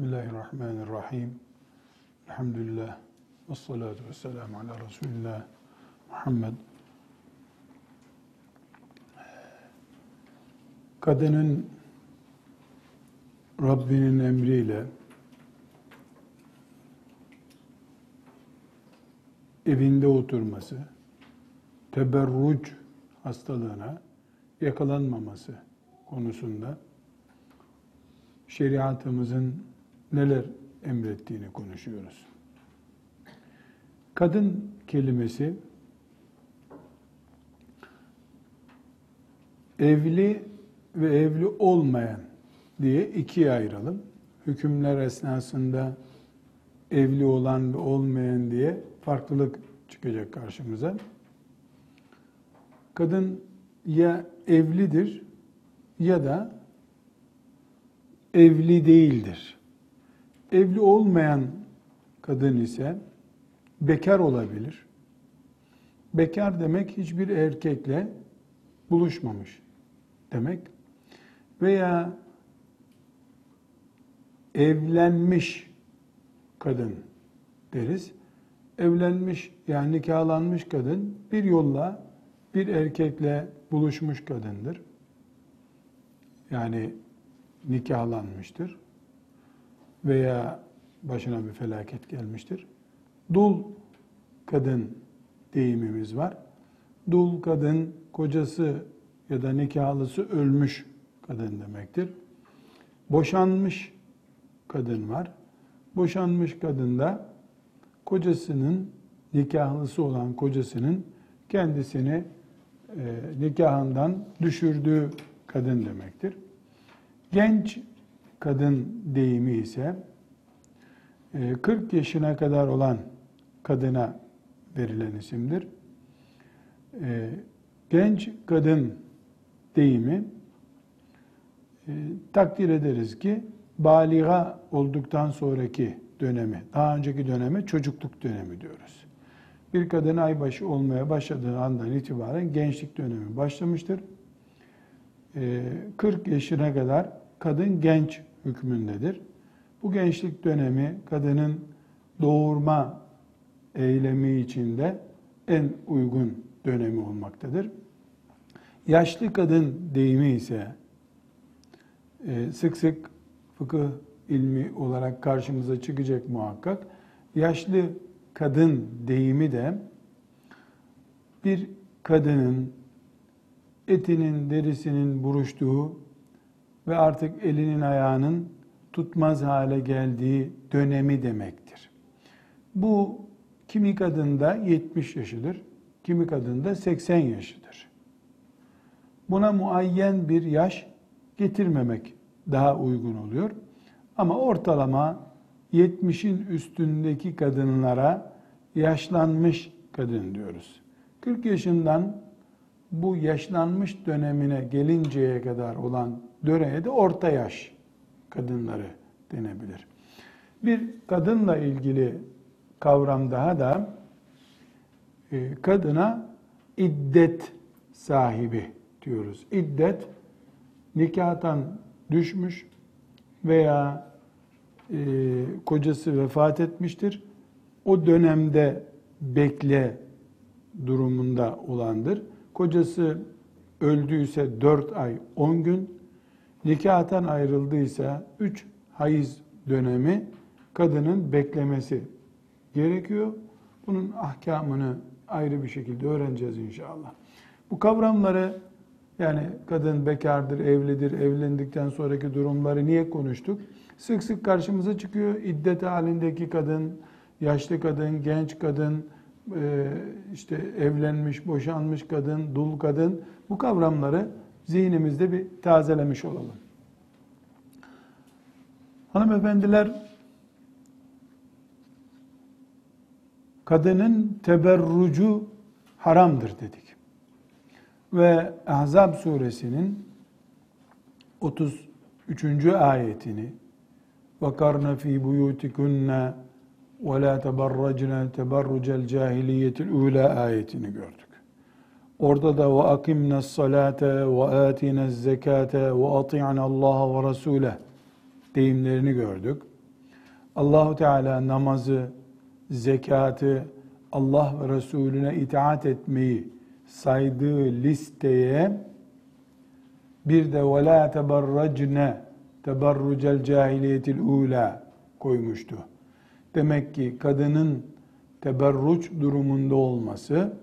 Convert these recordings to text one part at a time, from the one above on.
Bismillahirrahmanirrahim. Elhamdülillah. Vessalatu vesselamu ala Resulillah Muhammed. Kadının Rabbinin emriyle evinde oturması, teberruc hastalığına yakalanmaması konusunda şeriatımızın neler emrettiğini konuşuyoruz. Kadın kelimesi evli ve evli olmayan diye ikiye ayıralım. Hükümler esnasında evli olan ve olmayan diye farklılık çıkacak karşımıza. Kadın ya evlidir ya da evli değildir. Evli olmayan kadın ise bekar olabilir. Bekar demek hiçbir erkekle buluşmamış demek. Veya evlenmiş kadın deriz. Evlenmiş yani nikahlanmış kadın bir yolla bir erkekle buluşmuş kadındır. Yani nikahlanmıştır veya başına bir felaket gelmiştir. Dul kadın deyimimiz var. Dul kadın kocası ya da nikahlısı ölmüş kadın demektir. Boşanmış kadın var. Boşanmış kadın da kocasının, nikahlısı olan kocasının kendisini nikahından düşürdüğü kadın demektir. Genç kadın deyimi ise 40 yaşına kadar olan kadına verilen isimdir. Genç kadın deyimi takdir ederiz ki baliga olduktan sonraki dönemi, daha önceki döneme çocukluk dönemi diyoruz. Bir kadın aybaşı olmaya başladığı andan itibaren gençlik dönemi başlamıştır. 40 yaşına kadar kadın genç hükmündedir. Bu gençlik dönemi kadının doğurma eylemi içinde en uygun dönemi olmaktadır. Yaşlı kadın deyimi ise sık sık fıkıh ilmi olarak karşımıza çıkacak muhakkak. Yaşlı kadın deyimi de bir kadının etinin, derisinin buruştuğu ve artık elinin ayağının tutmaz hale geldiği dönemi demektir. Bu kimi kadında 70 yaşıdır, kimi kadında 80 yaşıdır. Buna muayyen bir yaş getirmemek daha uygun oluyor. Ama ortalama 70'in üstündeki kadınlara yaşlanmış kadın diyoruz. 40 yaşından bu yaşlanmış dönemine gelinceye kadar olan döneme de orta yaş kadınları denebilir. Bir kadınla ilgili kavram daha da kadına iddet sahibi diyoruz. İddet nikahtan düşmüş veya kocası vefat etmiştir. O dönemde bekle durumunda olandır. Kocası öldüyse 4 ay 10 gün, nikahtan ayrıldıysa 3 hayız dönemi kadının beklemesi gerekiyor. Bunun ahkamını ayrı bir şekilde öğreneceğiz inşallah. Bu kavramları yani kadın bekardır, evlidir, evlendikten sonraki durumları niye konuştuk? Sık sık karşımıza çıkıyor. İddet halindeki kadın, yaşlı kadın, genç kadın, işte evlenmiş, boşanmış kadın, dul kadın. Bu kavramları zihnimizde bir tazelemiş olalım. Hanımefendiler, kadının teberrucu haramdır dedik. Ve Ahzab suresinin 33. ayetini وَقَرْنَ ف۪ي بُيُوتِكُنَّ وَلَا تَبَرَّجْنَا تَبَرُّجَ الْجَاهِلِيَّةِ الْعُولَى ayetini gördük. Orada da وَاَقِمْنَا الصَّلَاةَ وَآتِنَا الزَّكَاةَ وَاَطِعْنَا اللّٰهَ وَرَسُولَهُ deyimlerini gördük. Allahu Teala namazı, zekatı, Allah ve Resulüne itaat etmeyi saydığı listeye bir de وَلَا تَبَرَّجْنَ تَبَرُّجَ الْجَاهِلِيَةِ الْعُولَى koymuştu. Demek ki kadının teberruç durumunda olması,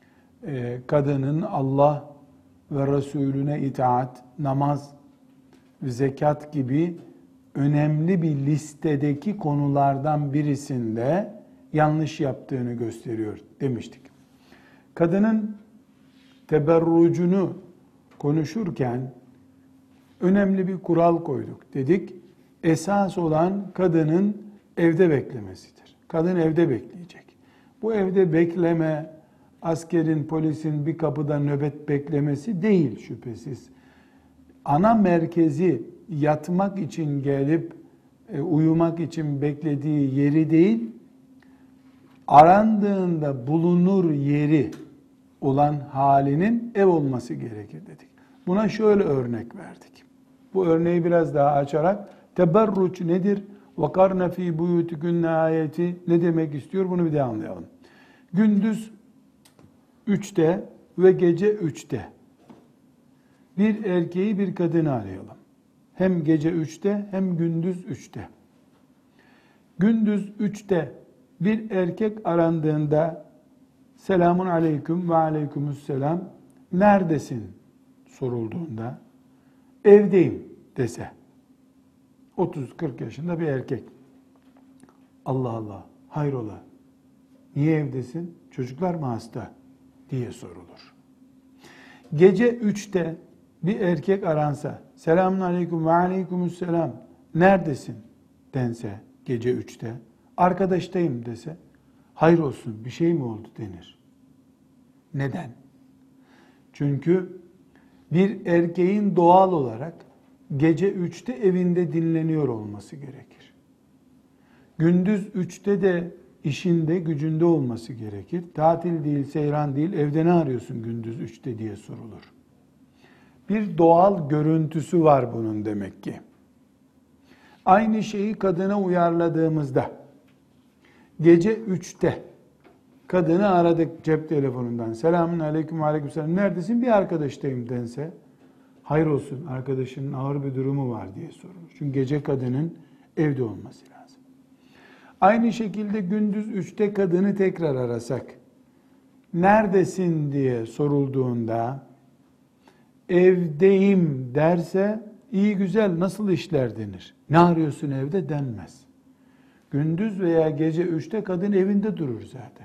kadının Allah ve Resulüne itaat, namaz ve zekat gibi önemli bir listedeki konulardan birisinde yanlış yaptığını gösteriyor demiştik. Kadının teberrucunu konuşurken önemli bir kural koyduk. Dedik, esas olan kadının evde beklemesidir. Kadın evde bekleyecek. Bu evde bekleme, askerin, polisin bir kapıda nöbet beklemesi değil şüphesiz. Ana merkezi yatmak için gelip uyumak için beklediği yeri değil, arandığında bulunur yeri olan halinin ev olması gerekir dedik. Buna şöyle örnek verdik. Bu örneği biraz daha açarak teberruç nedir? وَقَرْنَ ف۪ي بُيُوتِكُنَّ ayeti ne demek istiyor? Bunu bir daha anlayalım. Gündüz 3'te ve gece 3'te bir erkeği bir kadını arayalım. Hem gece 3'te hem gündüz 3'te. Gündüz 3'te bir erkek arandığında selamun aleyküm ve aleykümüsselam neredesin sorulduğunda evdeyim dese 30-40 yaşında bir erkek, Allah Allah hayrola niye evdesin, çocuklar mı hasta diye sorulur. Gece 3'te bir erkek aransa selamun aleyküm ve aleykümüsselam neredesin dense gece 3'te arkadaştayım dese hayır olsun bir şey mi oldu denir. Neden? Çünkü bir erkeğin doğal olarak gece 3'te evinde dinleniyor olması gerekir. Gündüz 3'te de işinde, gücünde olması gerekir. Tatil değil, seyran değil, evde ne arıyorsun gündüz 3'te diye sorulur. Bir doğal görüntüsü var bunun demek ki. Aynı şeyi kadına uyarladığımızda, gece 3'te kadını aradık cep telefonundan, selamun aleyküm aleykümselam, neredesin, bir arkadaştayım dense, hayır olsun arkadaşının ağır bir durumu var diye sorulur. Çünkü gece kadının evde olması lazım. Aynı şekilde gündüz 3'te kadını tekrar arasak, neredesin diye sorulduğunda, evdeyim derse, iyi güzel nasıl işler denir. Ne arıyorsun evde denmez. Gündüz veya gece 3'te kadın evinde durur zaten.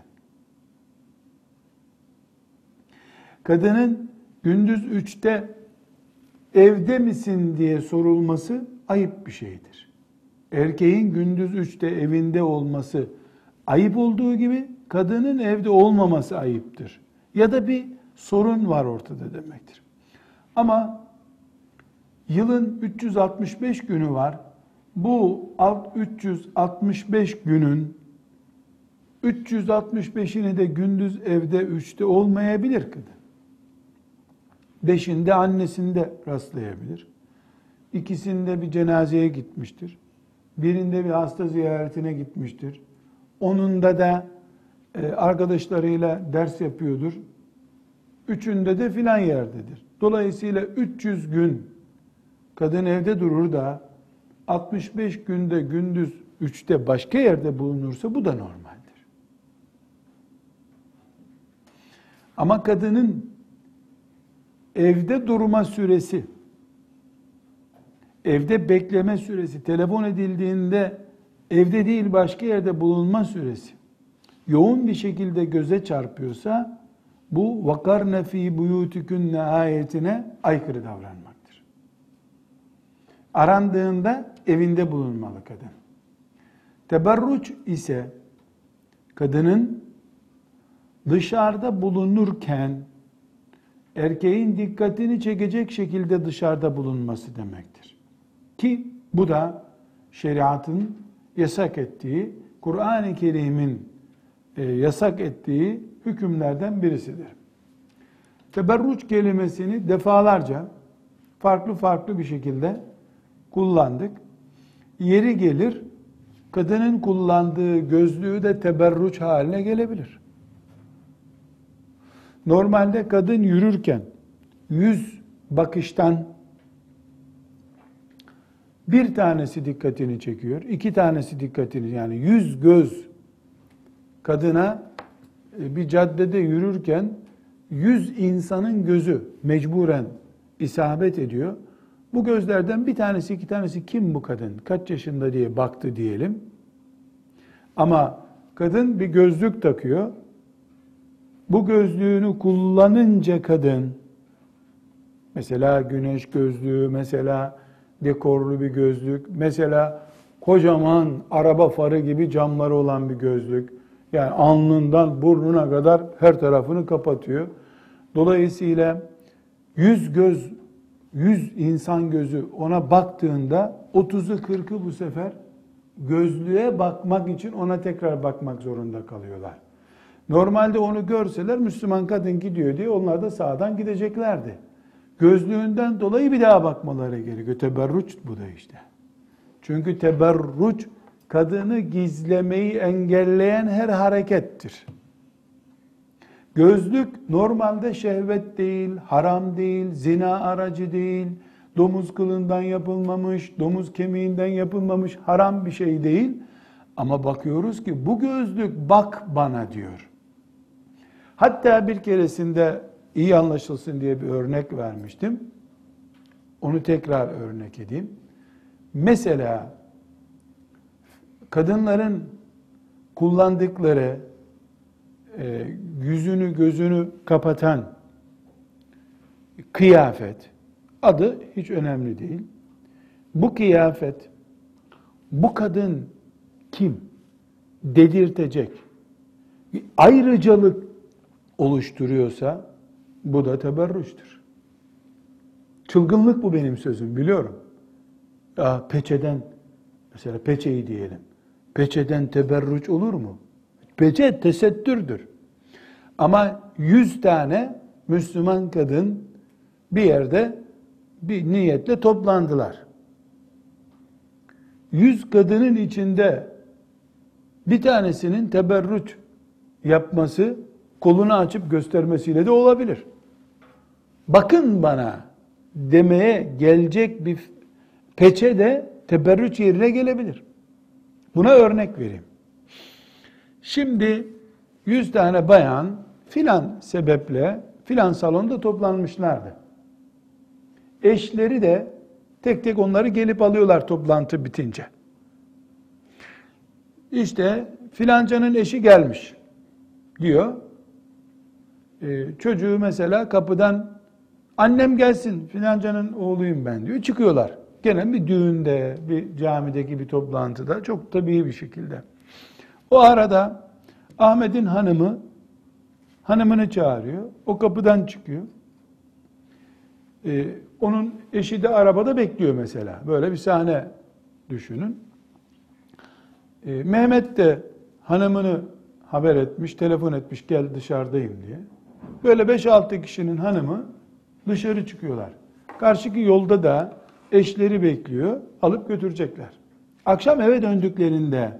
Kadının gündüz 3'te evde misin diye sorulması ayıp bir şeydir. Erkeğin gündüz 3'te evinde olması ayıp olduğu gibi kadının evde olmaması ayıptır. Ya da bir sorun var ortada demektir. Ama yılın 365 günü var. Bu 365 günün 365'ini de gündüz evde 3'te olmayabilir kadın. 5'inde annesinde rastlayabilir. İkisinde bir cenazeye gitmiştir. Birinde bir hasta ziyaretine gitmiştir. Onunda da arkadaşlarıyla ders yapıyordur. Üçünde de filan yerdedir. Dolayısıyla 300 gün kadın evde durur da 65 günde gündüz 3'te başka yerde bulunursa bu da normaldir. Ama kadının evde durma süresi, evde bekleme süresi, telefon edildiğinde evde değil başka yerde bulunma süresi yoğun bir şekilde göze çarpıyorsa bu vakarne fi buyutikunne ayetine aykırı davranmaktır. Arandığında evinde bulunmalı kadın. Teberruç ise kadının dışarıda bulunurken erkeğin dikkatini çekecek şekilde dışarıda bulunması demektir. Ki bu da şeriatın yasak ettiği, Kur'an-ı Kerim'in yasak ettiği hükümlerden birisidir. Teberruç kelimesini defalarca farklı bir şekilde kullandık. Yeri gelir kadının kullandığı gözlüğü de teberruç haline gelebilir. Normalde kadın yürürken 100 bakıştan bir tanesi dikkatini çekiyor, 2 tanesi dikkatini, yani 100 göz kadına bir caddede yürürken 100 insanın gözü mecburen isabet ediyor. Bu gözlerden bir tanesi, 2 tanesi kim bu kadın, kaç yaşında diye baktı diyelim. Ama kadın bir gözlük takıyor. Bu gözlüğünü kullanınca kadın, mesela güneş gözlüğü, mesela dekorlu bir gözlük, mesela kocaman araba farı gibi camları olan bir gözlük, yani alnından burnuna kadar her tarafını kapatıyor. Dolayısıyla 100 göz, 100 insan gözü ona baktığında 30'u 40'ı bu sefer gözlüğe bakmak için ona tekrar bakmak zorunda kalıyorlar. Normalde onu görseler Müslüman kadın gidiyor diye onlar da sağdan gideceklerdi. Gözlüğünden dolayı bir daha bakmaları gerekiyor. Teberruç bu da işte. Çünkü teberruç kadını gizlemeyi engelleyen her harekettir. Gözlük normalde şehvet değil, haram değil, zina aracı değil, domuz kılından yapılmamış, domuz kemiğinden yapılmamış haram bir şey değil. Ama bakıyoruz ki bu gözlük bak bana diyor. Hatta bir keresinde iyi anlaşılsın diye bir örnek vermiştim. Onu tekrar örnek edeyim. Mesela kadınların kullandıkları yüzünü gözünü kapatan kıyafet, adı hiç önemli değil. Bu kıyafet bu kadın kim dedirtecek bir ayrıcalık oluşturuyorsa bu da teberrüçtür. Çılgınlık bu benim sözüm, biliyorum. Ya peçeden, mesela peçeyi diyelim. Peçeden teberrüç olur mu? Peçe tesettürdür. Ama 100 tane Müslüman kadın bir yerde bir niyetle toplandılar. 100 kadının içinde bir tanesinin teberrüç yapması, kolunu açıp göstermesiyle de olabilir. Bakın bana demeye gelecek bir peçe de teberrüç yerine gelebilir. Buna örnek vereyim. Şimdi 100 tane bayan filan sebeple filan salonda toplanmışlardı. Eşleri de tek tek onları gelip alıyorlar toplantı bitince. İşte filancanın eşi gelmiş diyor. Çocuğu mesela kapıdan annem gelsin filancanın oğluyum ben diyor. Çıkıyorlar. Gene bir düğünde, bir camideki bir toplantıda çok tabii bir şekilde. O arada Ahmet'in hanımını çağırıyor. O kapıdan çıkıyor. Onun eşi de arabada bekliyor mesela. Böyle bir sahne düşünün. Mehmet de hanımını haber etmiş, telefon etmiş, gel dışarıdayım diye. Böyle 5-6 kişinin hanımı dışarı çıkıyorlar. Karşıki yolda da eşleri bekliyor, alıp götürecekler. Akşam eve döndüklerinde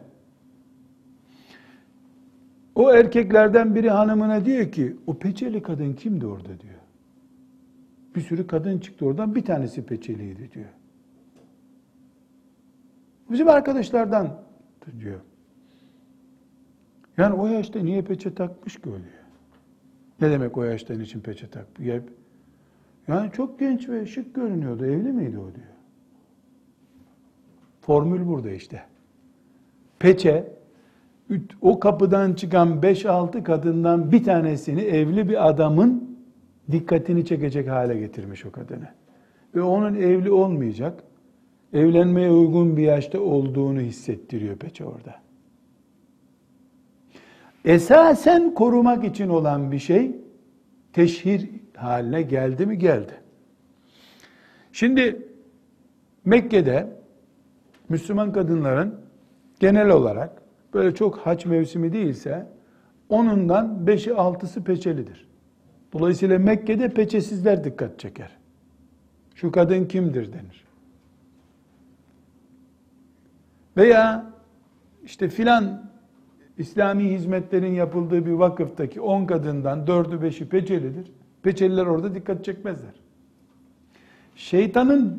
o erkeklerden biri hanımına diyor ki, o peçeli kadın kimdi orada diyor. Bir sürü kadın çıktı oradan, bir tanesi peçeliydi diyor. Bizim arkadaşlardan diyor. Yani o yaşta niye peçe takmış ki o diyor. Ne demek o yaştan için peçe takmış? Yani çok genç ve şık görünüyordu, evli miydi o diyor. Formül burada işte. Peçe, o kapıdan çıkan 5-6 kadından bir tanesini evli bir adamın dikkatini çekecek hale getirmiş o kadını. Ve onun evli olmayacak, evlenmeye uygun bir yaşta olduğunu hissettiriyor peçe orada. Esasen korumak için olan bir şey teşhir haline geldi mi? Geldi. Şimdi Mekke'de Müslüman kadınların genel olarak böyle çok hac mevsimi değilse onundan 5'i 6'sı peçelidir. Dolayısıyla Mekke'de peçesizler dikkat çeker. Şu kadın kimdir denir. Veya işte filan İslami hizmetlerin yapıldığı bir vakıftaki 10 kadından 4'ü 5'i peçelidir. Peçeliler orada dikkat çekmezler. Şeytanın,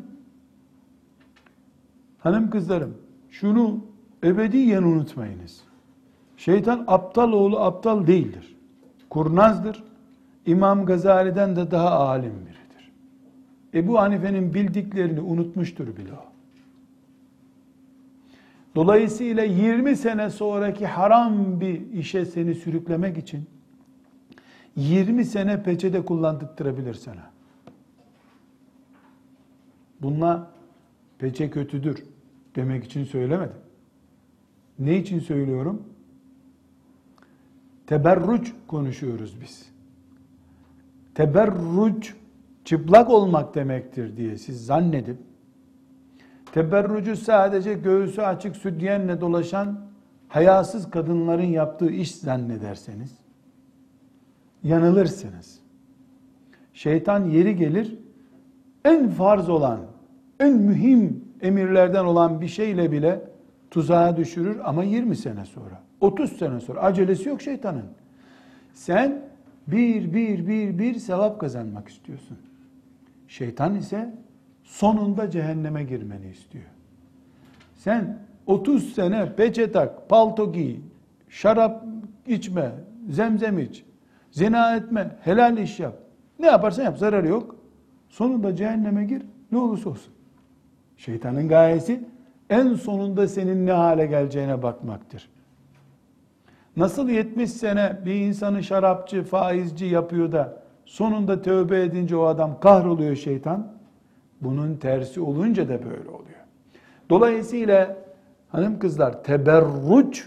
hanım kızlarım, şunu ebediyen unutmayınız. Şeytan aptal oğlu aptal değildir. Kurnazdır. İmam Gazali'den de daha alim biridir. Ebu Hanife'nin bildiklerini unutmuştur bile o. Dolayısıyla 20 sene sonraki haram bir işe seni sürüklemek için 20 sene peçete kullandırtırabilir sana. Bununla peçe kötüdür demek için söylemedim. Ne için söylüyorum? Teberruç konuşuyoruz biz. Teberruç çıplak olmak demektir diye siz zannedip teberrucu sadece göğsü açık sütyenle dolaşan hayasız kadınların yaptığı iş zannederseniz yanılırsınız. Şeytan yeri gelir en farz olan, en mühim emirlerden olan bir şeyle bile tuzağa düşürür ama 20 sene sonra, 30 sene sonra acelesi yok şeytanın. Sen bir sevap kazanmak istiyorsun. Şeytan ise sonunda cehenneme girmeni istiyor. Sen 30 sene peçe tak, palto giy, şarap içme, zemzem iç, zina etme, helal iş yap. Ne yaparsan yap, zararı yok. Sonunda cehenneme gir, ne olursa olsun. Şeytanın gayesi en sonunda senin ne hale geleceğine bakmaktır. Nasıl 70 sene bir insanı şarapçı, faizci yapıyor da sonunda tövbe edince o adam kahroluyor şeytan. Bunun tersi olunca da böyle oluyor. Dolayısıyla hanım kızlar teberruç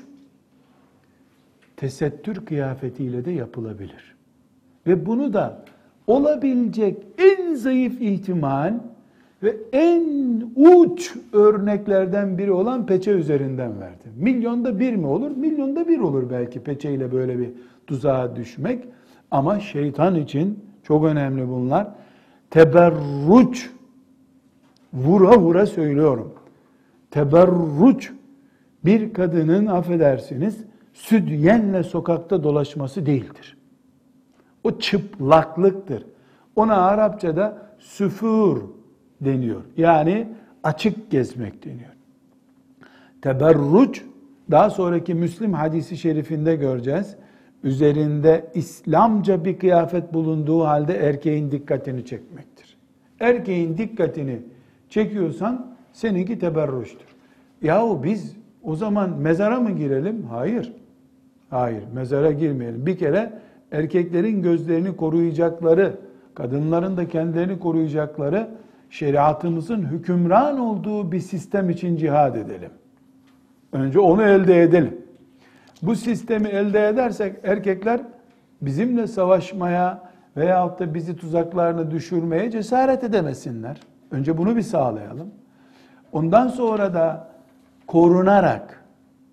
tesettür kıyafetiyle de yapılabilir. Ve bunu da olabilecek en zayıf ihtimal ve en uç örneklerden biri olan peçe üzerinden verdi. Milyonda bir mi olur? Milyonda bir olur belki peçeyle böyle bir tuzağa düşmek. Ama şeytan için çok önemli bunlar. Teberruç, vura vura söylüyorum. Teberruç bir kadının affedersiniz sütyenle sokakta dolaşması değildir. O çıplaklıktır. Ona Arapçada süfür deniyor. Yani açık gezmek deniyor. Teberruç daha sonraki Müslim hadisi şerifinde göreceğiz. Üzerinde İslamca bir kıyafet bulunduğu halde erkeğin dikkatini çekmektir. Erkeğin dikkatini çekiyorsan seninki teberruçtur. Yahu biz o zaman mezara mı girelim? Hayır. Hayır, mezara girmeyelim. Bir kere erkeklerin gözlerini koruyacakları, kadınların da kendilerini koruyacakları şeriatımızın hükümran olduğu bir sistem için cihad edelim. Önce onu elde edelim. Bu sistemi elde edersek erkekler bizimle savaşmaya veyahut da bizi tuzaklarına düşürmeye cesaret edemesinler. Önce bunu bir sağlayalım. Ondan sonra da korunarak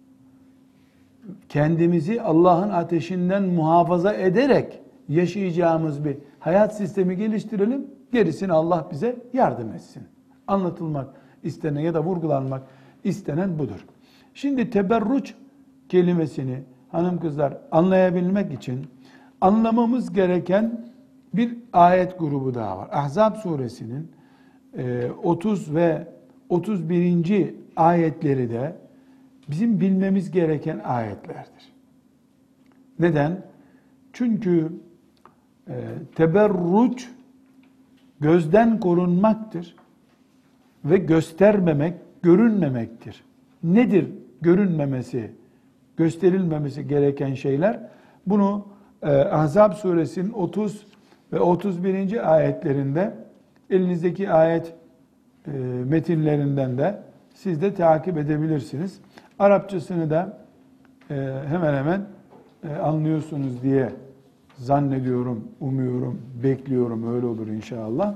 kendimizi Allah'ın ateşinden muhafaza ederek yaşayacağımız bir hayat sistemi geliştirelim. Gerisini Allah bize yardım etsin. Anlatılmak istenen ya da vurgulanmak istenen budur. Şimdi teberruç kelimesini hanım kızlar anlayabilmek için anlamamız gereken bir ayet grubu daha var. Ahzab suresinin 30 ve 31. ayetleri de bizim bilmemiz gereken ayetlerdir. Neden? Çünkü teberruç gözden korunmaktır ve göstermemek, görünmemektir. Nedir görünmemesi, gösterilmemesi gereken şeyler? Bunu Ahzab suresinin 30 ve 31. ayetlerinde elinizdeki ayet metinlerinden de siz de takip edebilirsiniz. Arapçasını da hemen hemen anlıyorsunuz diye zannediyorum, umuyorum, bekliyorum, öyle olur inşallah.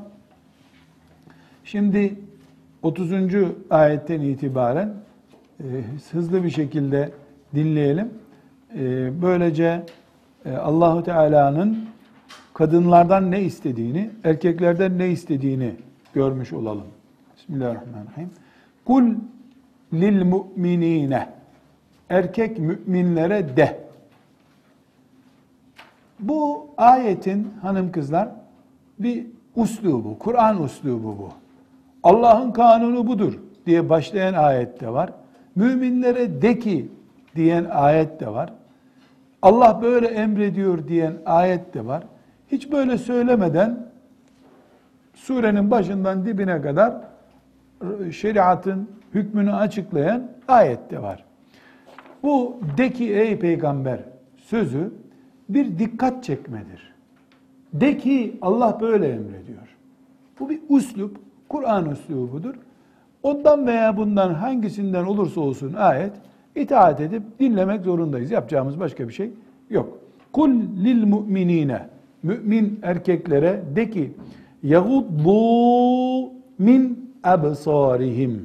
Şimdi 30. ayetten itibaren hızlı bir şekilde dinleyelim. Böylece Allahu Teala'nın kadınlardan ne istediğini, erkeklerden ne istediğini görmüş olalım. Bismillahirrahmanirrahim. Kul lil mu'minine. erkek müminlere de. Bu ayetin hanım kızlar bir uslubu, Kur'an uslubu bu. Allah'ın kanunu budur diye başlayan ayet de var. Müminlere de ki diyen ayet de var. Allah böyle emrediyor diyen ayet de var. Hiç böyle söylemeden surenin başından dibine kadar şeriatın hükmünü açıklayan ayet de var. Bu de ki ey peygamber sözü bir dikkat çekmedir. De ki Allah böyle emrediyor. Bu bir üslup, Kur'an üslubudur. Ondan veya bundan hangisinden olursa olsun ayet, itaat edip dinlemek zorundayız. Yapacağımız başka bir şey yok. Kul lil mu'minine, mümin erkeklere de ki, yaguddu min absarihim.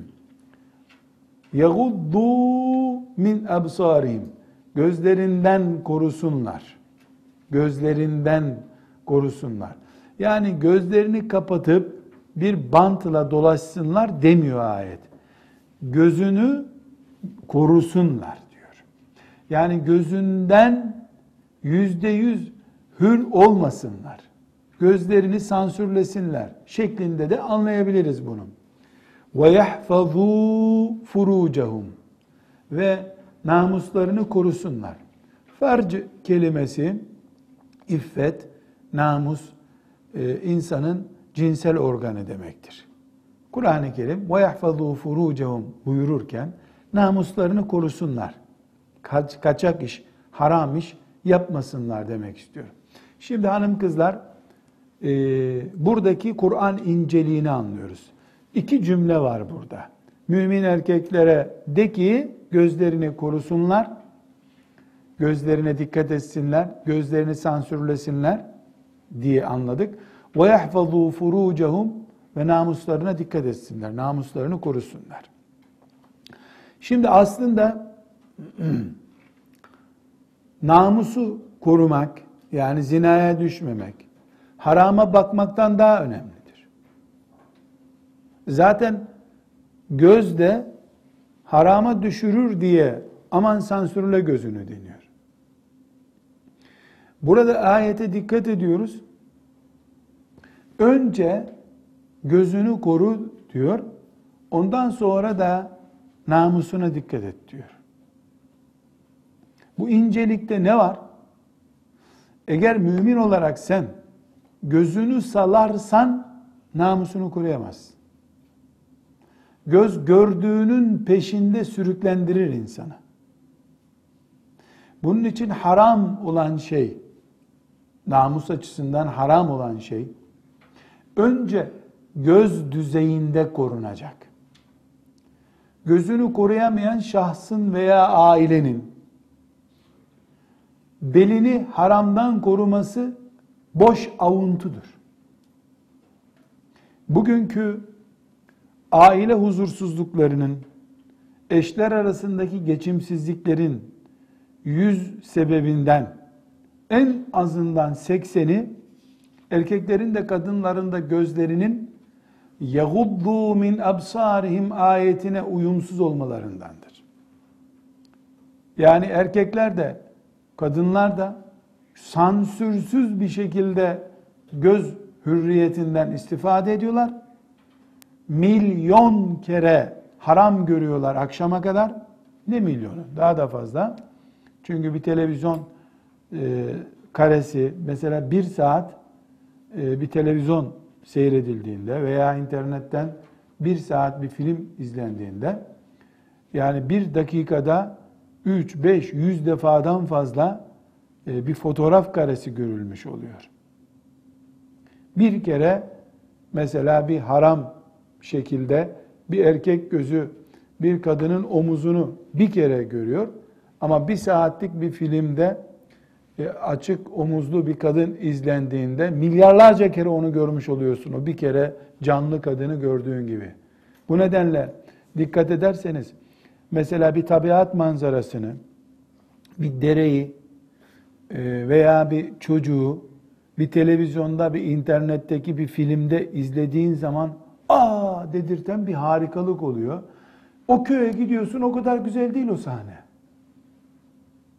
Yaguddu min absarihim. Gözlerinden korusunlar. Gözlerinden korusunlar. Yani gözlerini kapatıp bir bantla dolaşsınlar demiyor ayet. Gözünü korusunlar diyor. Yani gözünden %100 hür olmasınlar. Gözlerini sansürlesinler şeklinde de anlayabiliriz bunu. وَيَحْفَظُوا فُرُوجَهُمْ ve namuslarını korusunlar. Farc kelimesi, iffet, namus, insanın cinsel organı demektir. Kur'an-ı Kerim وَيَحْفَظُوا فُرُوجَهُمْ buyururken namuslarını korusunlar. Kaçak iş, haram iş yapmasınlar demek istiyor. Şimdi hanım kızlar, buradaki Kur'an inceliğini anlıyoruz. İki cümle var burada. Mümin erkeklere de ki gözlerini korusunlar, gözlerine dikkat etsinler, gözlerini sansürlesinler diye anladık. وَيَحْفَظُوا فُرُوجَهُمْ ve namuslarına dikkat etsinler, namuslarını korusunlar. Şimdi aslında namusu korumak, yani zinaya düşmemek, harama bakmaktan daha önemlidir. Zaten göz de harama düşürür diye aman sansürle gözünü deniyor. Burada ayete dikkat ediyoruz. Önce gözünü koru diyor. Ondan sonra da namusuna dikkat et diyor. Bu incelikte ne var? Eğer mümin olarak sen gözünü salarsan namusunu koruyamazsın. Göz gördüğünün peşinde sürüklendirir insanı. Bunun için haram olan şey, namus açısından haram olan şey, önce göz düzeyinde korunacak. Gözünü koruyamayan şahsın veya ailenin belini haramdan koruması boş avuntudur. Bugünkü aile huzursuzluklarının, eşler arasındaki geçimsizliklerin 100 sebebinden en azından 80'i erkeklerin de kadınların da gözlerinin yaguddu min absarihim ayetine uyumsuz olmalarındandır. Yani erkekler de kadınlar da sansürsüz bir şekilde göz hürriyetinden istifade ediyorlar. Milyon kere haram görüyorlar akşama kadar. Ne milyonu? Daha da fazla. Çünkü bir televizyon karesi mesela bir saat bir televizyon seyredildiğinde veya internetten bir saat bir film izlendiğinde yani bir dakikada 3, 5, 100 defadan fazla bir fotoğraf karesi görülmüş oluyor. Bir kere mesela bir haram şekilde bir erkek gözü bir kadının omuzunu bir kere görüyor ama bir saatlik bir filmde açık omuzlu bir kadın izlendiğinde milyarlarca kere onu görmüş oluyorsun. O bir kere canlı kadını gördüğün gibi. Bu nedenle dikkat ederseniz mesela bir tabiat manzarasını, bir dereyi veya bir çocuğu bir televizyonda, bir internetteki bir filmde izlediğin zaman aa dedirten bir harikalık oluyor. O köye gidiyorsun, o kadar güzel değil o sahne.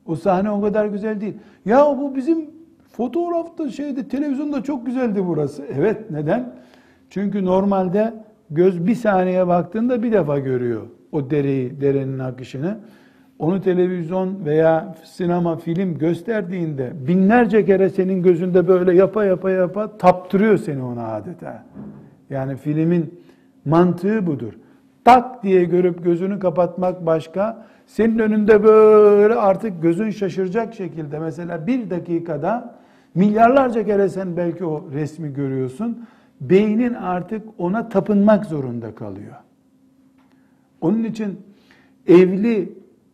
O sahne o kadar güzel değil. Ya bu bizim fotoğrafta televizyonda çok güzeldi burası. Evet, neden? Çünkü normalde göz bir saniye baktığında bir defa görüyor o dereyi, derenin akışını. Onu televizyon veya sinema, film gösterdiğinde binlerce kere senin gözünde böyle yapa taptırıyor seni ona adeta. Yani filmin mantığı budur. Tak diye görüp gözünü kapatmak başka. Senin önünde böyle artık gözün şaşıracak şekilde mesela bir dakikada milyarlarca kere sen belki o resmi görüyorsun. Beynin artık ona tapınmak zorunda kalıyor. Onun için evli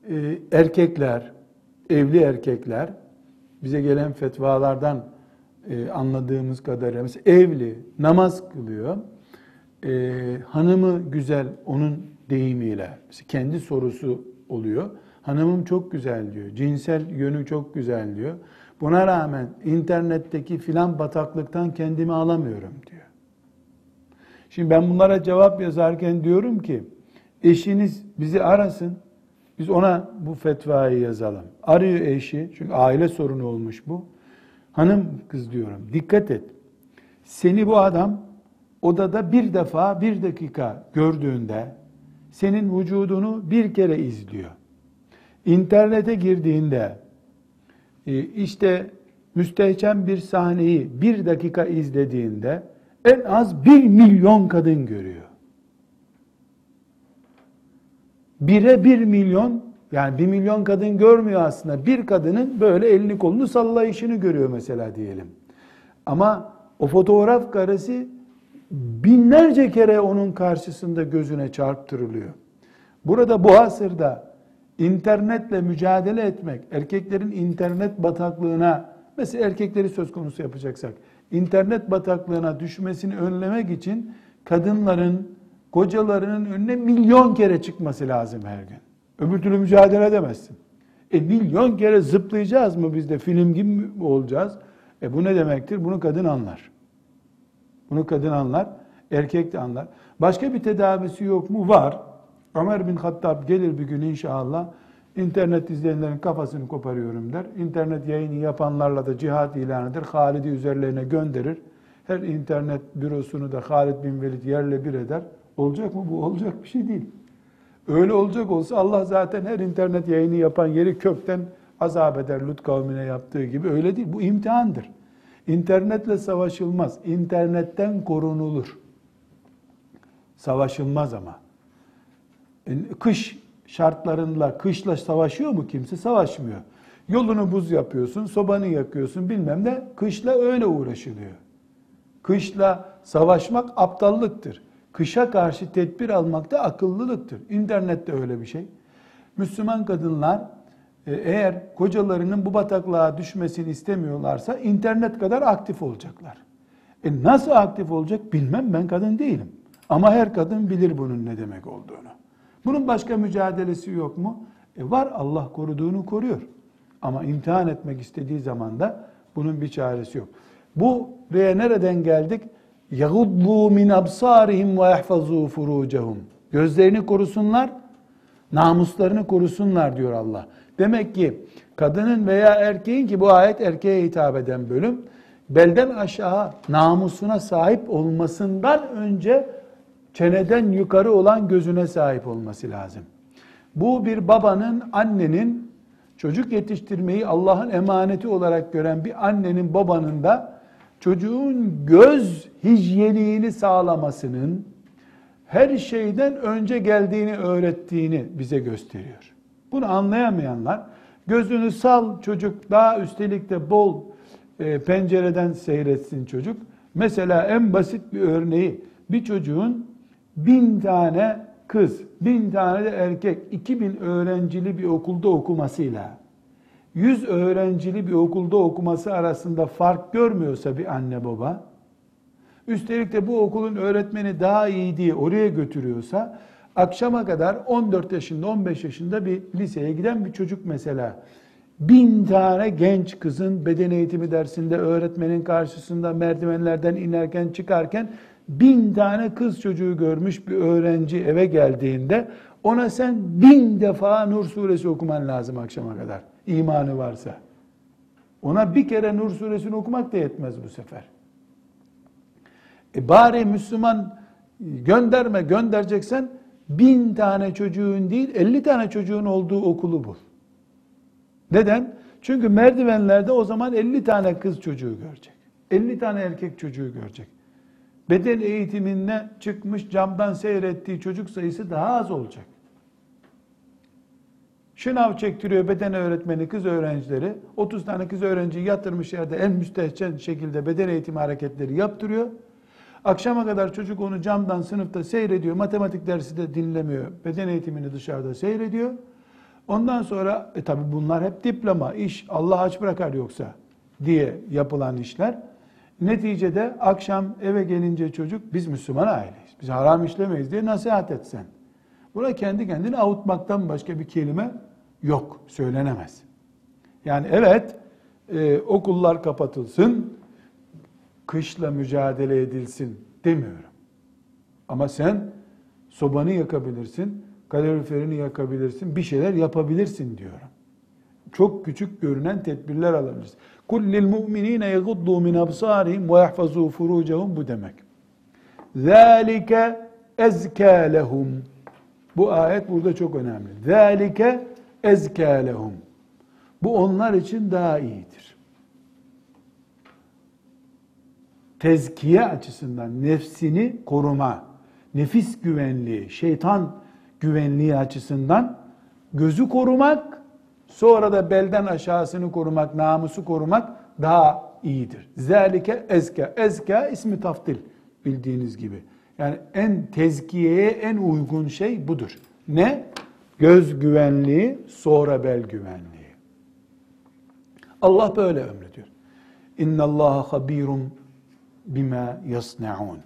erkekler bize gelen fetvalardan anladığımız kadarıyla mesela evli, namaz kılıyor. Hanımı güzel, onun deyimiyle mesela kendi sorusu oluyor. Hanımım çok güzel diyor. Cinsel yönü çok güzel diyor. Buna rağmen internetteki filan bataklıktan kendimi alamıyorum diyor. Şimdi ben bunlara cevap yazarken diyorum ki eşiniz bizi arasın. Biz ona bu fetvayı yazalım. Arıyor eşi. Çünkü aile sorunu olmuş bu. Hanım kız diyorum. Dikkat et. Seni bu adam odada bir defa bir dakika gördüğünde senin vücudunu bir kere izliyor. İnternete girdiğinde işte müstehcen bir sahneyi bir dakika izlediğinde en az 1 milyon kadın görüyor. 1'e 1 milyon, yani 1 milyon kadın görmüyor aslında. Bir kadının böyle elini kolunu sallayışını görüyor mesela diyelim. Ama o fotoğraf karesi binlerce kere onun karşısında gözüne çarptırılıyor. Burada bu asırda internetle mücadele etmek, erkeklerin internet bataklığına, mesela erkekleri söz konusu yapacaksak, internet bataklığına düşmesini önlemek için kadınların, kocalarının önüne milyon kere çıkması lazım her gün. Öbür türlü mücadele edemezsin. Milyon kere zıplayacağız mı biz de, film gibi mi olacağız? Bu ne demektir? Bunu kadın anlar. Bunu kadın anlar, erkek de anlar. Başka bir tedavisi yok mu? Var. Ömer bin Hattab gelir bir gün inşallah, internet izleyenlerin kafasını koparıyorum der. İnternet yayını yapanlarla da cihat ilan eder. Halid'i üzerlerine gönderir. Her internet bürosunu da Halid bin Velid yerle bir eder. Olacak mı? Bu olacak bir şey değil. Öyle olacak olsa Allah zaten her internet yayını yapan yeri kökten azap eder, Lut kavmine yaptığı gibi. Öyle değil. Bu imtihandır. İnternetle savaşılmaz. İnternetten korunulur. Savaşılmaz ama. Kış şartlarında kışla savaşıyor mu kimse? Savaşmıyor. Yolunu buz yapıyorsun, sobanı yakıyorsun bilmem ne. Kışla öyle uğraşılıyor. Kışla savaşmak aptallıktır. Kışa karşı tedbir almak da akıllılıktır. İnternette öyle bir şey. Müslüman kadınlar eğer kocalarının bu bataklığa düşmesini istemiyorlarsa internet kadar aktif olacaklar. Nasıl aktif olacak bilmem, ben kadın değilim. Ama her kadın bilir bunun ne demek olduğunu. Bunun başka mücadelesi yok mu? Var, Allah koruduğunu koruyor. Ama imtihan etmek istediği zaman da bunun bir çaresi yok. Buraya nereden geldik? يَغُضُّوا مِنْ أَبْصَارِهِمْ وَيَحْفَظُوا فُرُوجَهُمْ. Gözlerini korusunlar, namuslarını korusunlar diyor Allah. Demek ki kadının veya erkeğin, ki bu ayet erkeğe hitap eden bölüm, belden aşağı namusuna sahip olmasından önce çeneden yukarı olan gözüne sahip olması lazım. Bu bir babanın, annenin, çocuk yetiştirmeyi Allah'ın emaneti olarak gören bir annenin, babanın da çocuğun göz hijyenini sağlamasının her şeyden önce geldiğini öğrettiğini bize gösteriyor. Bunu anlayamayanlar, gözünü sal çocuk, daha üstelik de bol pencereden seyretsin çocuk. Mesela en basit bir örneği, bir çocuğun 1000 tane kız, 1000 tane de erkek, 2000 öğrencili bir okulda okumasıyla 100 öğrencili bir okulda okuması arasında fark görmüyorsa bir anne baba, üstelik de bu okulun öğretmeni daha iyi diye oraya götürüyorsa, akşama kadar 14 yaşında, 15 yaşında bir liseye giden bir çocuk mesela, 1000 tane genç kızın beden eğitimi dersinde öğretmenin karşısında merdivenlerden inerken çıkarken 1000 tane kız çocuğu görmüş bir öğrenci eve geldiğinde ona sen 1000 defa Nur suresi okuman lazım akşama kadar. imanı varsa. Ona bir kere Nur suresini okumak da yetmez bu sefer. Bari Müslüman göndereceksen 1000 tane çocuğun değil 50 tane çocuğun olduğu okulu bul. Neden? Çünkü merdivenlerde o zaman 50 tane kız çocuğu görecek. 50 tane erkek çocuğu görecek. Beden eğitimine çıkmış camdan seyrettiği çocuk sayısı daha az olacak. Şınav çektiriyor beden öğretmeni kız öğrencileri. 30 tane kız öğrenciyi yatırmış yerde en müstehcen şekilde beden eğitimi hareketleri yaptırıyor. Akşama kadar çocuk onu camdan sınıfta seyrediyor. Matematik dersi de dinlemiyor. Beden eğitimini dışarıda seyrediyor. Ondan sonra tabi bunlar hep diploma, iş, Allah aç bırakar yoksa diye yapılan işler. Neticede akşam eve gelince çocuk biz Müslüman aileyiz. Biz haram işlemeyiz diye nasihat etsen. Buna kendi kendini avutmaktan başka bir kelime yok, söylenemez. Yani evet okullar kapatılsın, kışla mücadele edilsin demiyorum. Ama sen sobanı yakabilirsin, kaloriferini yakabilirsin, bir şeyler yapabilirsin diyorum. Çok küçük görünen tedbirler alabiliriz. Kullil mu'minine yaguddu min absarihim ve yahfazu furucahum bu demek. Zalike ezka lehum. Bu ayet burada çok önemli. Zalike ezka lehum. Bu onlar için daha iyidir. Tezkiye açısından nefsini koruma, nefis güvenliği, şeytan güvenliği açısından gözü korumak, sonra da belden aşağısını korumak, namusu korumak daha iyidir. Zalike ezka. Ezka ismi taftil bildiğiniz gibi. Yani en tezkiyeye en uygun şey budur. Ne? Göz güvenliği, sonra bel güvenliği. Allah böyle emrediyor. İnnallâhe habîrum bima yasnaun.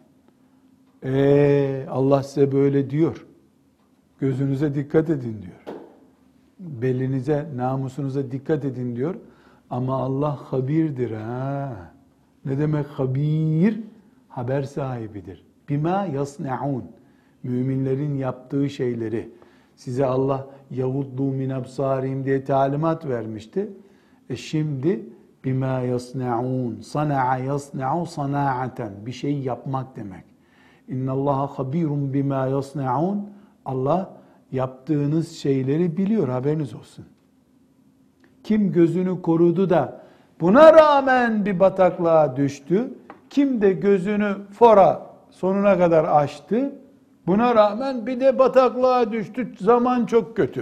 Allah size böyle diyor. Gözünüze dikkat edin diyor. Belinize, namusunuza dikkat edin diyor. Ama Allah habirdir ha. Ne demek habir? Haber sahibidir. Bima yasnaun. Müminlerin yaptığı şeyleri size Allah yahuddu min absarihim diye talimat vermişti. Şimdi bima yasnaun. Sana'a yasna'u sana'aten. Bir şey yapmak demek. İnnallaha habirun bima yasnaun. Allah yaptığınız şeyleri biliyor, haberiniz olsun. Kim gözünü korudu da buna rağmen bir bataklığa düştü, kim de gözünü fora sonuna kadar açtı, buna rağmen bir de bataklığa düştü, zaman çok kötü.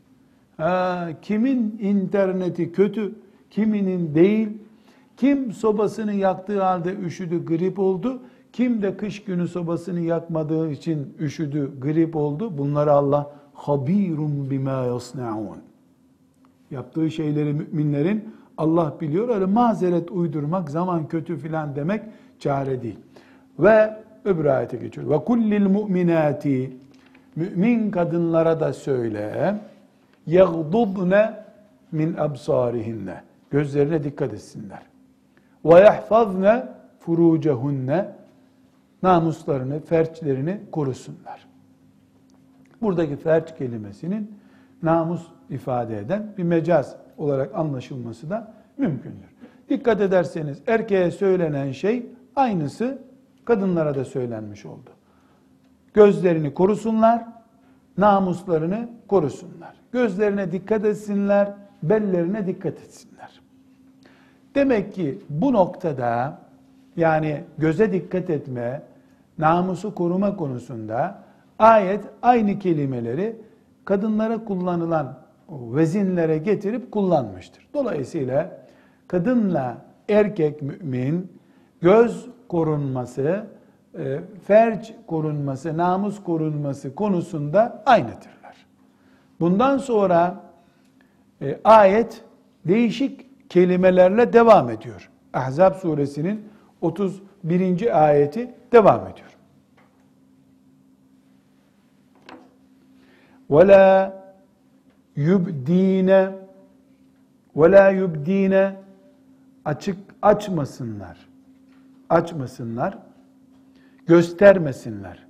Kimin interneti kötü, kiminin değil, kim sobasını yaktığı halde üşüdü, grip oldu, kim de kış günü sobasını yakmadığı için üşüdü, grip oldu. Bunları Allah habirun bima yasnaun. Yaptığı şeyleri müminlerin Allah biliyor. Öyle mazeret uydurmak, zaman kötü filan demek çare değil. Ve öbür ayete geçiyor. Ve kullil mu'minati, mümin kadınlara da söyle, yagdudne min absarihinne, gözlerine dikkat etsinler. Ve yahfazne furucehunne, namuslarını, ferçlerini korusunlar. Buradaki ferç kelimesinin namus ifade eden bir mecaz olarak anlaşılması da mümkündür. Dikkat ederseniz erkeğe söylenen şey aynısı kadınlara da söylenmiş oldu. Gözlerini korusunlar, namuslarını korusunlar. Gözlerine dikkat etsinler, bellerine dikkat etsinler. Demek ki bu noktada yani göze dikkat etme, namusu koruma konusunda ayet aynı kelimeleri kadınlara kullanılan vezinlere getirip kullanmıştır. Dolayısıyla kadınla erkek mümin göz korunması, ferç korunması, namus korunması konusunda aynıdırlar. Bundan sonra ayet değişik kelimelerle devam ediyor. Ahzab suresinin 31. ayeti devam ediyor. وَلَا يُبْد۪ينَ açmasınlar, göstermesinler.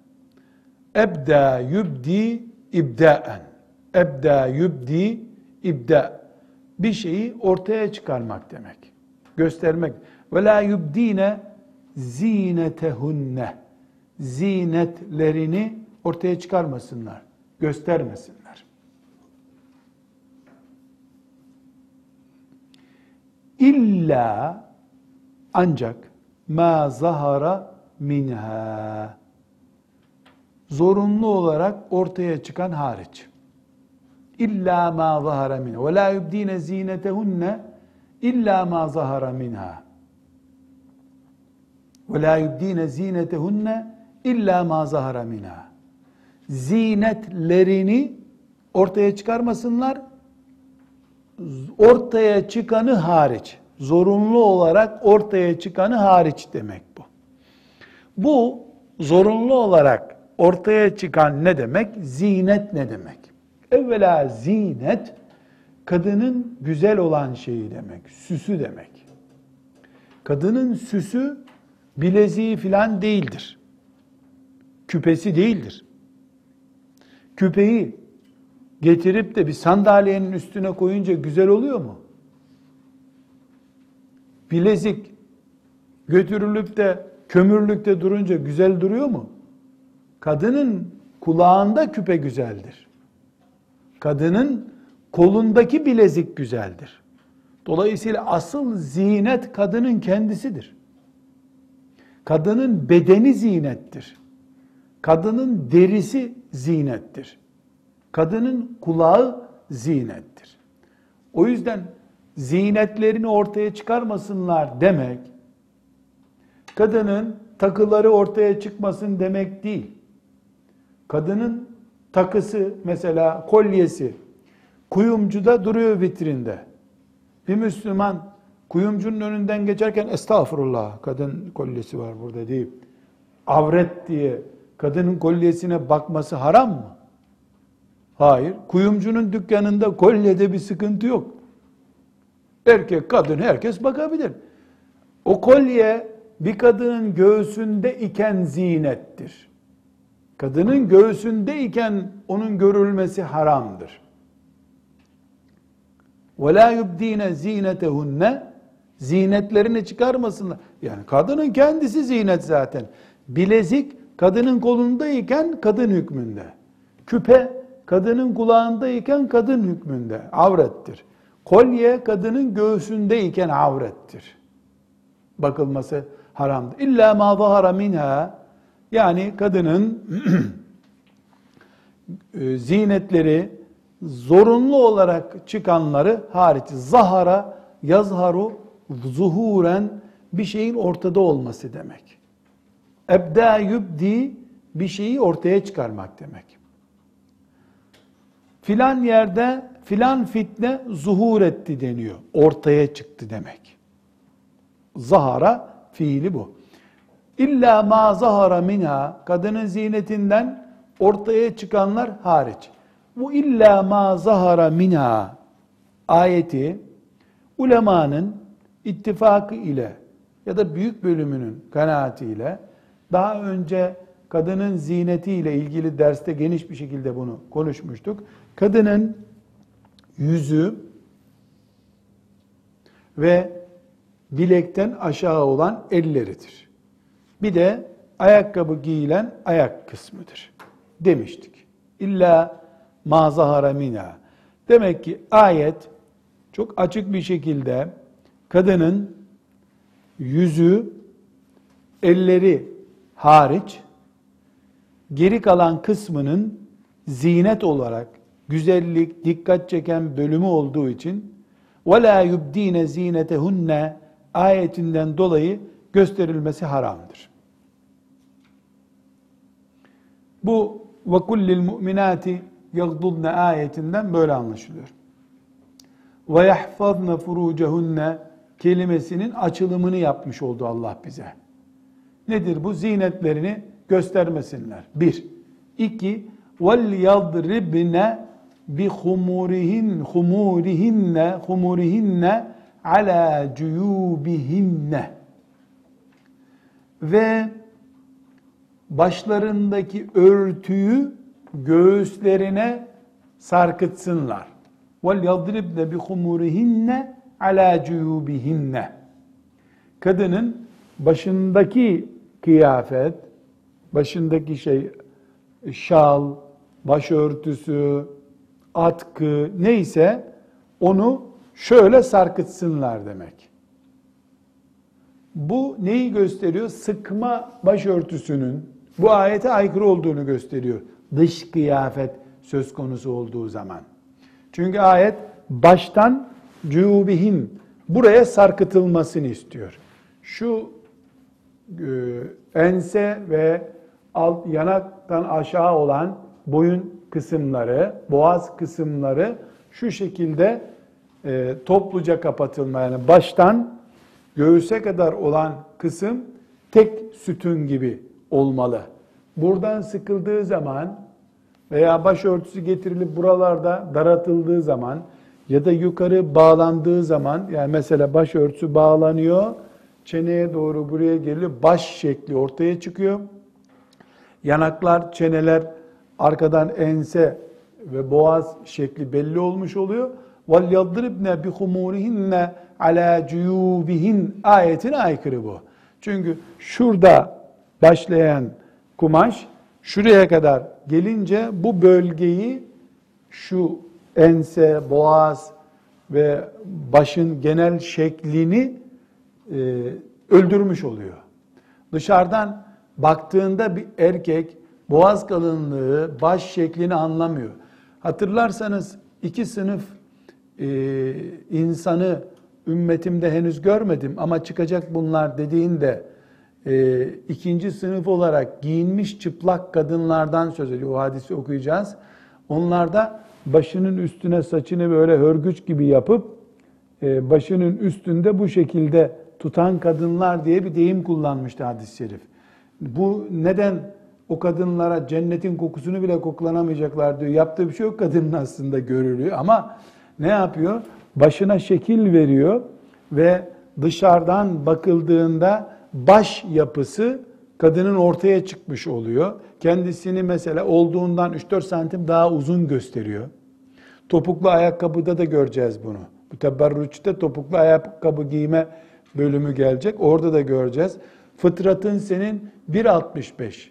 Ebda yubdi ibdaen. Ebda yubdi ibda. bir şeyi ortaya çıkarmak demek. Göstermek. Ve la yubdine zinetehunne. Zinetlerini ortaya çıkarmasınlar, göstermesinler. İlla ancak ma zahara minha. Zorunlu olarak ortaya çıkan hariç. İlla ma zahara minha. Ve la yubdine zinetehunne illa ma zahara minha. Ve la yubdine zinetehunne illa ma zahara minha. Zinetlerini ortaya çıkarmasınlar. Ortaya çıkanı hariç. Zorunlu olarak ortaya çıkanı hariç demek bu. Bu zorunlu olarak ortaya çıkan ne demek? Zinet ne demek? Evvela zinet, kadının güzel olan şeyi demek, süsü demek. Kadının süsü bileziği filan değildir. Küpesi değildir. Küpeyi getirip de bir sandalyenin üstüne koyunca güzel oluyor mu? Bilezik götürülüp de kömürlükte durunca güzel duruyor mu? Kadının kulağında küpe güzeldir. Kadının kolundaki bilezik güzeldir. Dolayısıyla asıl zinet kadının kendisidir. Kadının bedeni zinettir. Kadının derisi zinettir. Kadının kulağı zinettir. O yüzden zinetlerini ortaya çıkarmasınlar demek, kadının takıları ortaya çıkmasın demek değil. Kadının takısı, mesela kolyesi, kuyumcuda duruyor vitrinde. Bir Müslüman kuyumcunun önünden geçerken estağfurullah kadın kolyesi var burada deyip avret diye kadının kolyesine bakması haram mı? Hayır. Kuyumcunun dükkanında kolyede bir sıkıntı yok. Erkek, kadın herkes bakabilir. O kolye bir kadının göğsünde iken zinettir. Kadının göğsünde iken onun görülmesi haramdır. وَلَا يُبْد۪ينَ زِينَتَهُنَّ. Zinetlerini çıkarmasınlar. Yani kadının kendisi zinet zaten. Bilezik kadının kolundayken kadın hükmünde. Küpe kadının kulağındayken kadın hükmünde. Avrettir. Kolye kadının göğsündeyken avrettir. Bakılması haramdır. İlla ma zahara minha. Yani kadının zinetleri zorunlu olarak çıkanları hariç. Zahara yazharu zuhuren, bir şeyin ortada olması demek. Ebda yubdi, bir şeyi ortaya çıkarmak demek. Filan yerde filan fitne zuhur etti deniyor. Ortaya çıktı demek. Zahara fiili bu. İlla ma zahara minha, kadının zinetinden ortaya çıkanlar hariç. Bu illa ma zahara minha ayeti ulemanın ittifakı ile ya da büyük bölümünün kanaatiyle daha önce kadının zinetiyle ilgili derste geniş bir şekilde bunu konuşmuştuk. Kadının yüzü ve bilekten aşağı olan elleridir. Bir de ayakkabı giyilen ayak kısmıdır demiştik. İlla ma zahara minha. Demek ki ayet çok açık bir şekilde kadının yüzü, elleri hariç geri kalan kısmının zinet olarak güzellik, dikkat çeken bölümü olduğu için وَلَا يُبْد۪ينَ زِينَتَهُنَّ ayetinden dolayı gösterilmesi haramdır. Bu وَكُلِّ الْمُؤْمِنَاتِ يَغْضُضْنَ ayetinden böyle anlaşılıyor. وَيَحْفَظْنَ فُرُوجَهُنَّ kelimesinin açılımını yapmış oldu Allah bize. Nedir bu? Zinetlerini göstermesinler. Bir. İki. وَلْيَضْرِبْنَ بِخُمُورِهِنَّ عَلَى جُيُوبِهِنَّ ve başlarındaki örtüyü göğüslerine sarkıtsınlar. وَلْيَضْرِبْنَ بِخُمُورِهِنَّ عَلَى جُيُوبِهِنَّ. Kadının başındaki kıyafet, başındaki şey, şal, başörtüsü, atkı neyse onu şöyle sarkıtsınlar demek. Bu neyi gösteriyor? Sıkma başörtüsünün bu ayete aykırı olduğunu gösteriyor. Dış kıyafet söz konusu olduğu zaman. Çünkü ayet baştan cübihim buraya sarkıtılmasını istiyor. Şu ense ve alt yanaktan aşağı olan boyun kısımları, boğaz kısımları şu şekilde topluca kapatılma. Yani baştan göğüse kadar olan kısım tek sütun gibi olmalı. Buradan sıkıldığı zaman veya başörtüsü getirilip buralarda daratıldığı zaman ya da yukarı bağlandığı zaman, yani mesela başörtüsü bağlanıyor, çeneye doğru buraya geliyor, baş şekli ortaya çıkıyor. Yanaklar, çeneler, arkadan ense ve boğaz şekli belli olmuş oluyor. وَلْيَضْرِبْنَ بِخُمُورِهِنَّ عَلَى جُيُوبِهِنْ ayetine aykırı bu. Çünkü şurada başlayan kumaş şuraya kadar gelince bu bölgeyi, şu ense, boğaz ve başın genel şeklini öldürmüş oluyor. Dışarıdan baktığında bir erkek boğaz kalınlığı, baş şeklini anlamıyor. Hatırlarsanız iki sınıf insanı ümmetimde henüz görmedim ama çıkacak bunlar dediğinde ikinci sınıf olarak giyinmiş çıplak kadınlardan söz ediyor. O hadisi okuyacağız. Onlar da başının üstüne saçını böyle hörgüç gibi yapıp başının üstünde bu şekilde tutan kadınlar diye bir deyim kullanmıştı hadis-i şerif. Bu neden o kadınlara cennetin kokusunu bile koklanamayacaklar diyor. Yaptığı bir şey yok, kadının aslında görülüyor ama ne yapıyor? Başına şekil veriyor ve dışarıdan bakıldığında baş yapısı kadının ortaya çıkmış oluyor. Kendisini mesela olduğundan 3-4 santim daha uzun gösteriyor. Topuklu ayakkabıda da göreceğiz bunu. Bu teberrüçte topuklu ayakkabı giyme bölümü gelecek. Orada da göreceğiz. Fıtratın senin 1.65.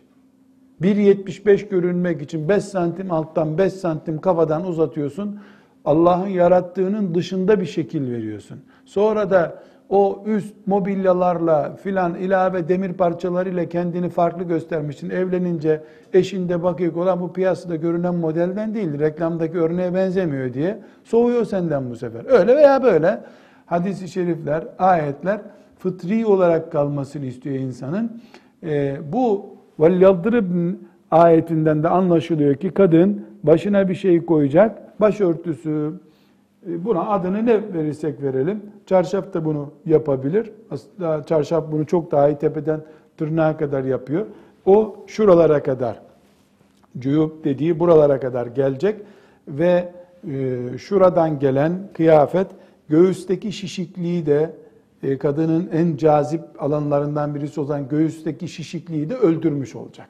1.75 görünmek için 5 santim alttan 5 santim kafadan uzatıyorsun. Allah'ın yarattığının dışında bir şekil veriyorsun. Sonra da o üst mobilyalarla filan ilave demir parçalarıyla kendini farklı göstermişsin. Evlenince eşinde bakıyor, olan bu piyasada görünen modelden değil, reklamdaki örneğe benzemiyor diye soğuyor senden bu sefer. Öyle veya böyle hadis-i şerifler, ayetler fıtri olarak kalmasını istiyor insanın. Bu وَلْيَضْرِبْنَ ayetinden de anlaşılıyor ki kadın başına bir şey koyacak, başörtüsü, buna adını ne verirsek verelim, çarşaf da bunu yapabilir. Aslında çarşaf bunu çok daha iyi, tepeden tırnağa kadar yapıyor. O şuralara kadar, cüyub dediği buralara kadar gelecek ve şuradan gelen kıyafet göğüsteki şişikliği de, kadının en cazip alanlarından birisi olan göğüsteki şişikliği de öldürmüş olacak.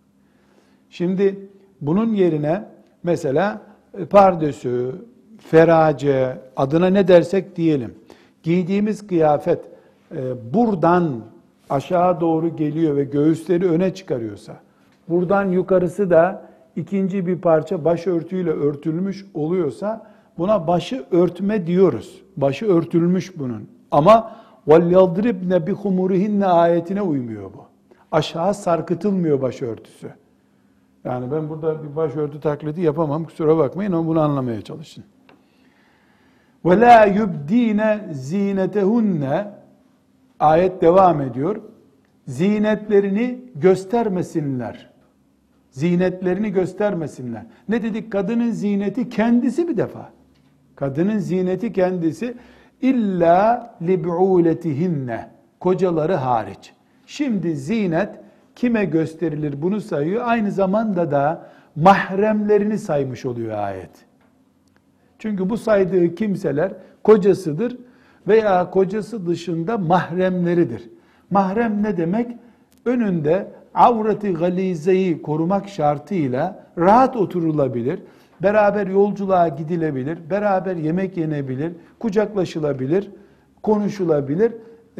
Şimdi bunun yerine mesela pardösü, ferace, adına ne dersek diyelim, giydiğimiz kıyafet buradan aşağı doğru geliyor ve göğüsleri öne çıkarıyorsa, buradan yukarısı da ikinci bir parça başörtüyle örtülmüş oluyorsa buna başı örtme diyoruz. Başı örtülmüş bunun. Ama وَلْيَضْرِبْنَ بِخُمُرِهِنَّ ayetine uymuyor bu. Aşağı sarkıtılmıyor başörtüsü. Yani ben burada bir başörtü taklidi yapamam, kusura bakmayın ama bunu anlamaya çalışın. وَلَا يُبْد۪ينَ زِينَتَهُنَّ ayet devam ediyor. Zinetlerini göstermesinler. Zinetlerini göstermesinler. Ne dedik? Kadının zineti kendisi bir defa. Kadının zineti kendisi illa lib'uletihinne, kocaları hariç. Şimdi zinet kime gösterilir bunu sayıyor. Aynı zamanda da mahremlerini saymış oluyor ayet. Çünkü bu saydığı kimseler kocasıdır veya kocası dışında mahremleridir. Mahrem ne demek? Önünde avret-i galizeyi korumak şartıyla rahat oturulabilir. beraber yolculuğa gidilebilir, beraber yemek yenebilir, kucaklaşılabilir, konuşulabilir.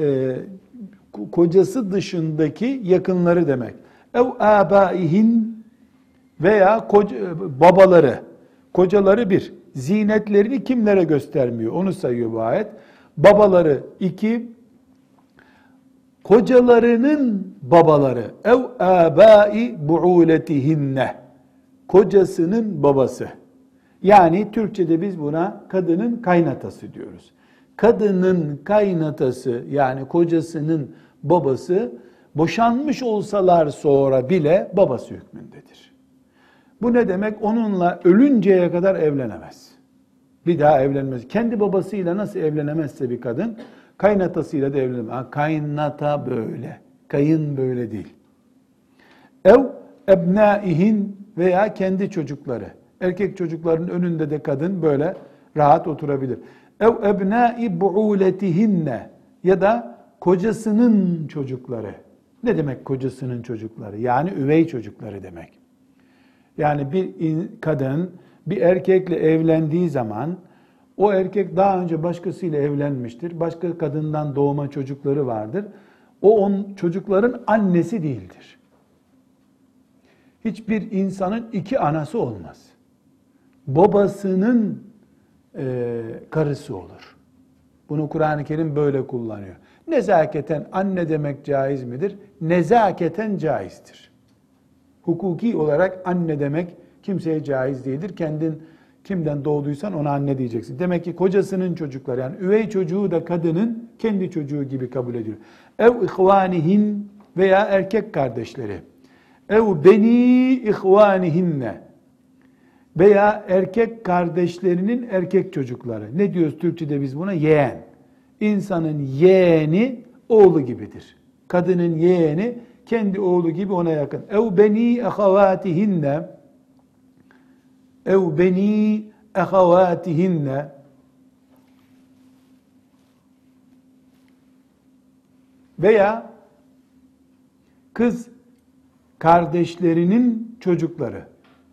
Kocası dışındaki yakınları demek. Ev âbâihin veya babaları, kocaları bir. Zinetlerini kimlere göstermiyor? Onu sayıyor bu ayet. Babaları iki, kocalarının babaları. Ev âbâi bu'ûletihinne. Kocasının babası. Yani Türkçe'de biz buna kadının kaynatası diyoruz. Kadının kaynatası yani kocasının babası boşanmış olsalar sonra bile babası hükmündedir. Bu ne demek? Onunla ölünceye kadar evlenemez. Bir daha evlenmez. Kendi babasıyla nasıl evlenemezse bir kadın, kaynatasıyla da evlenemez. Kaynata böyle. Kayın böyle değil. Ev ebnaihin veya kendi çocukları. Erkek çocukların önünde de kadın böyle rahat oturabilir. Ev ebnai bu'uletihinne ya da kocasının çocukları. Ne demek kocasının çocukları? Yani üvey çocukları demek. Yani bir kadın bir erkekle evlendiği zaman o erkek daha önce başkasıyla evlenmiştir. Başka kadından doğma çocukları vardır. O çocukların annesi değildir. Hiçbir insanın iki anası olmaz. Babasının karısı olur. Bunu Kur'an-ı Kerim böyle kullanıyor. Nezaketen anne demek caiz midir? Nezaketen caizdir. Hukuki olarak anne demek kimseye caiz değildir. Kendin kimden doğduysan ona anne diyeceksin. Demek ki kocasının çocukları yani üvey çocuğu da kadının kendi çocuğu gibi kabul ediyor. Ev ihvanihin veya erkek kardeşleri. Ev beni ihvanihinne veya erkek kardeşlerinin erkek çocukları. Ne diyoruz Türkçe'de biz buna? Yeğen. İnsanın yeğeni oğlu gibidir. Kadının yeğeni kendi oğlu gibi ona yakın. Ev beni ahavatihinne ev beni ahavatihinne veya kız kardeşlerinin çocukları.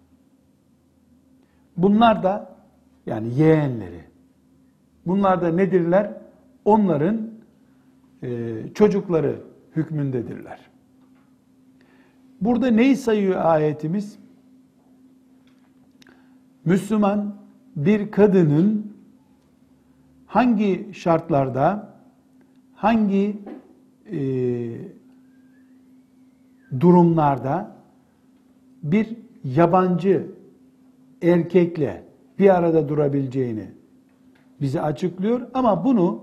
Bunlar da yani yeğenleri. Bunlar da nedirler? Onların çocukları hükmündedirler. Burada neyi sayıyor ayetimiz? Müslüman bir kadının hangi şartlarda, hangi durumlarda bir yabancı erkekle bir arada durabileceğini bize açıklıyor ama bunu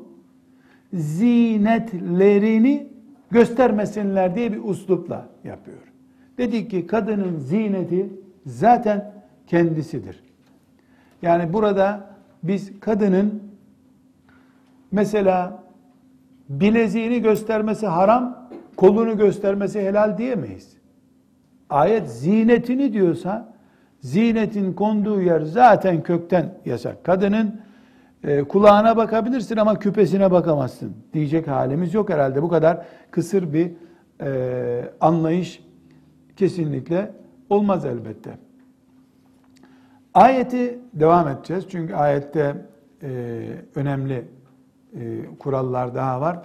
zinetlerini göstermesinler diye bir üslupla yapıyor. Dedik ki kadının zineti zaten kendisidir. Yani burada biz kadının mesela bileziğini göstermesi haram, kolunu göstermesi helal diyemeyiz. Ayet zinetini diyorsa zinetin konduğu yer zaten kökten yasak. Kadının kulağına bakabilirsin ama küpesine bakamazsın diyecek halimiz yok herhalde. Bu kadar kısır bir anlayış kesinlikle olmaz elbette. Ayeti devam edeceğiz. Çünkü ayette önemli kurallar daha var.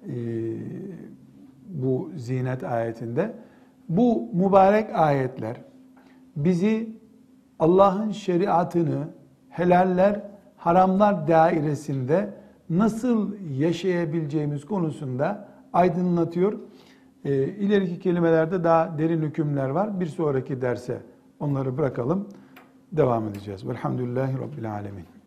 Bu zinet ayetinde. Bu mübarek ayetler bizi Allah'ın şeriatını helaller, haramlar dairesinde nasıl yaşayabileceğimiz konusunda aydınlatıyor. İleriki kelimelerde daha derin hükümler var. Bir sonraki derse onları bırakalım. Devam edeceğiz. Velhamdülillahi Rabbil Alemin.